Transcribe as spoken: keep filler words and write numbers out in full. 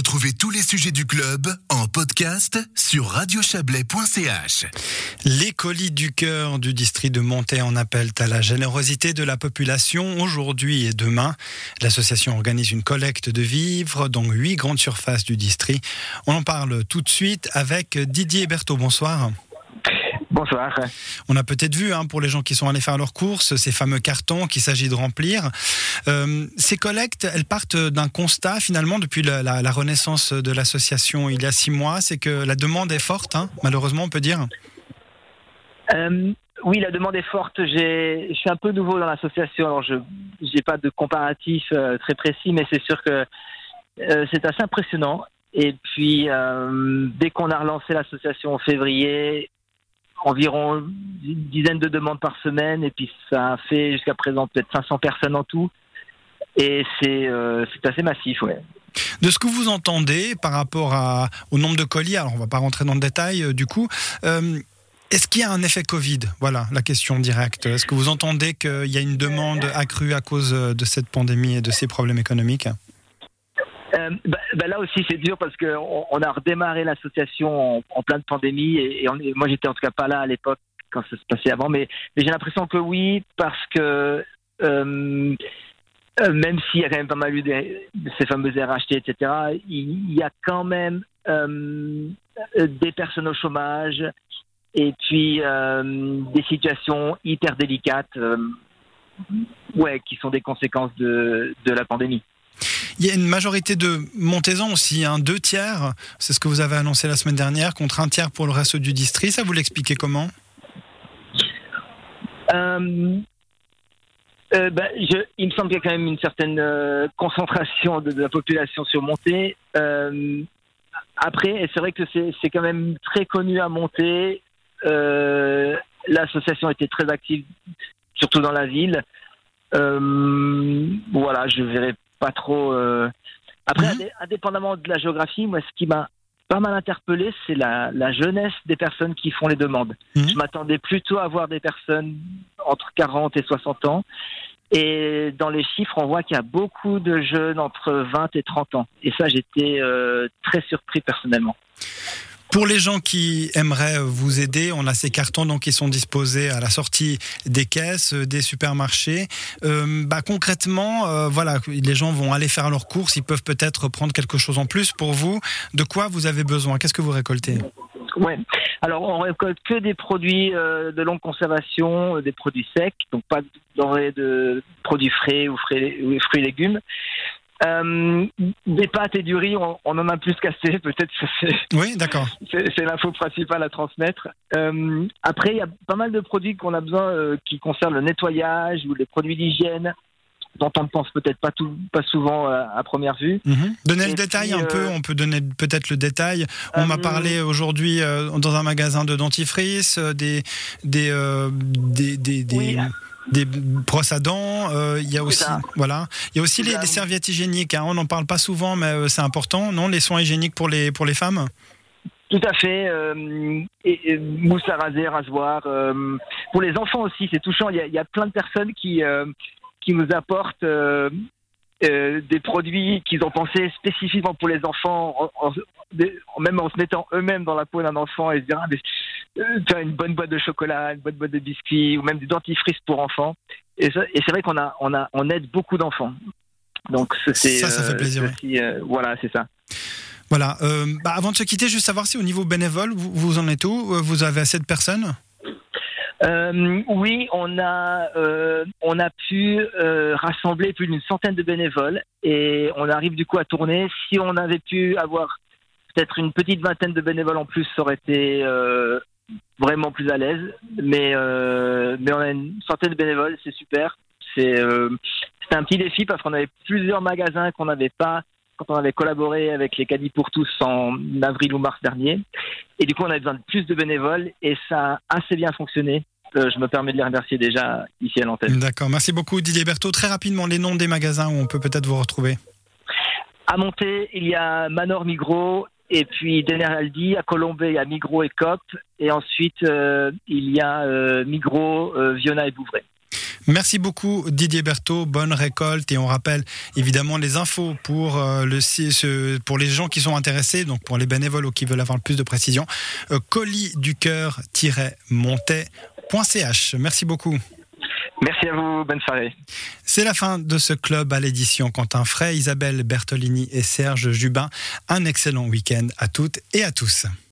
Retrouvez tous les sujets du club en podcast sur radio chablais point c h. Les colis du cœur du district de Montet en appellent à la générosité de la population. Aujourd'hui et demain, l'association organise une collecte de vivres dans huit grandes surfaces du district. On en parle tout de suite avec Didier Berthaud. Bonsoir. Bonsoir. On a peut-être vu, hein, pour les gens qui sont allés faire leurs courses, ces fameux cartons qu'il s'agit de remplir. Euh, ces collectes, elles partent d'un constat, finalement, depuis la, la, la renaissance de l'association il y a six mois. C'est que la demande est forte, hein, malheureusement, on peut dire. Euh, oui, la demande est forte. J'ai, je suis un peu nouveau dans l'association, alors je n'ai pas de comparatif euh, très précis, mais c'est sûr que euh, c'est assez impressionnant. Et puis, euh, dès qu'on a relancé l'association en février, environ une dizaine de demandes par semaine, et puis ça a fait jusqu'à présent peut-être cinq cents personnes en tout, et c'est, euh, c'est assez massif, ouais. De ce que vous entendez par rapport à, au nombre de colis, alors on ne va pas rentrer dans le détail euh, du coup, euh, est-ce qu'il y a un effet Covid ? Voilà la question directe. Est-ce que vous entendez qu'il y a une demande accrue à cause de cette pandémie et de ces problèmes économiques ? Euh, bah, bah là aussi c'est dur parce qu'on on a redémarré l'association en, en pleine pandémie et, et on, moi j'étais en tout cas pas là à l'époque quand ça se passait avant, mais, mais j'ai l'impression que oui, parce que euh, euh, même s'il y a quand même pas mal eu des, de ces fameux R H T, et cetera, il, il y a quand même euh, des personnes au chômage et puis euh, des situations hyper délicates euh, ouais, qui sont des conséquences de, de la pandémie. Il y a une majorité de Montaisans aussi, hein, deux tiers, c'est ce que vous avez annoncé la semaine dernière, contre un tiers pour le reste du district. Ça, vous l'expliquez comment ? euh, euh, bah, je, Il me semble qu'il y a quand même une certaine euh, concentration de, de la population sur Montet. Euh, après, et c'est vrai que c'est, c'est quand même très connu à Montet. Euh, l'association était très active, surtout dans la ville. Euh, voilà, je verrai pas trop. Euh... Après, mmh. indépendamment de la géographie, moi, ce qui m'a pas mal interpellé, c'est la, la jeunesse des personnes qui font les demandes. Mmh. Je m'attendais plutôt à voir des personnes entre quarante et soixante ans. Et dans les chiffres, on voit qu'il y a beaucoup de jeunes entre vingt et trente ans. Et ça, j'étais euh, très surpris personnellement. Pour les gens qui aimeraient vous aider, on a ces cartons donc qui sont disposés à la sortie des caisses, des supermarchés. Euh, bah, concrètement, euh, voilà, les gens vont aller faire leurs courses, ils peuvent peut-être prendre quelque chose en plus pour vous. De quoi vous avez besoin ? Qu'est-ce que vous récoltez ? Ouais. Alors on récolte que des produits euh, de longue conservation, euh, des produits secs, donc pas de, de produits frais ou, frais, ou fruits et légumes. Euh, des pâtes et du riz, on, on en a plus qu'assez, peut-être que c'est, oui, d'accord. c'est, c'est l'info principale à transmettre. Euh, après, il y a pas mal de produits qu'on a besoin euh, qui concernent le nettoyage ou les produits d'hygiène, dont on ne pense peut-être pas, tout, pas souvent euh, à première vue. Mmh. Donnez et le puis, détail un euh, peu, on peut donner peut-être le détail. On euh, m'a parlé aujourd'hui euh, dans un magasin de dentifrice, euh, des, des, euh, des, des, des, oui. des brosses à dents, euh, il y a aussi, voilà. Il y a aussi les, les serviettes hygiéniques, hein. On n'en parle pas souvent, mais euh, c'est important, non ? Les soins hygiéniques pour les, pour les femmes ? Tout à fait. Euh, et, et, mousse à raser, rasoir. Euh, pour les enfants aussi, c'est touchant. Il y a, il y a plein de personnes qui... Euh, qui nous apportent euh, euh, des produits qu'ils ont pensés spécifiquement pour les enfants, en, en, même en se mettant eux-mêmes dans la peau d'un enfant et se dire ah, mais, euh, une bonne boîte de chocolat, une bonne boîte de biscuits, ou même du dentifrice pour enfants. Et, ça, et c'est vrai qu'on a, on a, on aide beaucoup d'enfants. Donc c'est, ça, ça fait plaisir. Euh, aussi, euh, voilà, c'est ça. Voilà. Euh, bah, avant de se quitter, juste savoir si au niveau bénévole, vous, vous en êtes où ? Vous avez assez de personnes ? Euh, oui, on a euh, on a pu euh, rassembler plus d'une centaine de bénévoles et on arrive du coup à tourner. Si on avait pu avoir peut-être une petite vingtaine de bénévoles en plus, ça aurait été euh, vraiment plus à l'aise. Mais euh, mais on a une centaine de bénévoles, c'est super. C'est euh, c'était un petit défi parce qu'on avait plusieurs magasins qu'on n'avait pas quand on avait collaboré avec les Caddies pour tous en avril ou mars dernier. Et du coup, on avait besoin de plus de bénévoles et ça a assez bien fonctionné. Euh, je me permets de les remercier déjà ici à l'antenne. D'accord, merci beaucoup Didier Berthaud. Très rapidement, les noms des magasins où on peut peut-être vous retrouver. À Montet, il y a Manor Migros et puis Denner Aldi. À Colombey, il y a Migros et Coop. Et ensuite, euh, il y a euh, Migros, euh, Viona et Bouvray. Merci beaucoup Didier Berthaud, bonne récolte et on rappelle évidemment les infos pour, euh, le, ce, pour les gens qui sont intéressés, donc pour les bénévoles ou qui veulent avoir plus de précision, euh, colis du cœur montais point c h. Merci beaucoup. Merci à vous, bonne soirée. C'est la fin de ce club à l'édition Quentin Fray, Isabelle Bertolini et Serge Jubin. Un excellent week-end à toutes et à tous.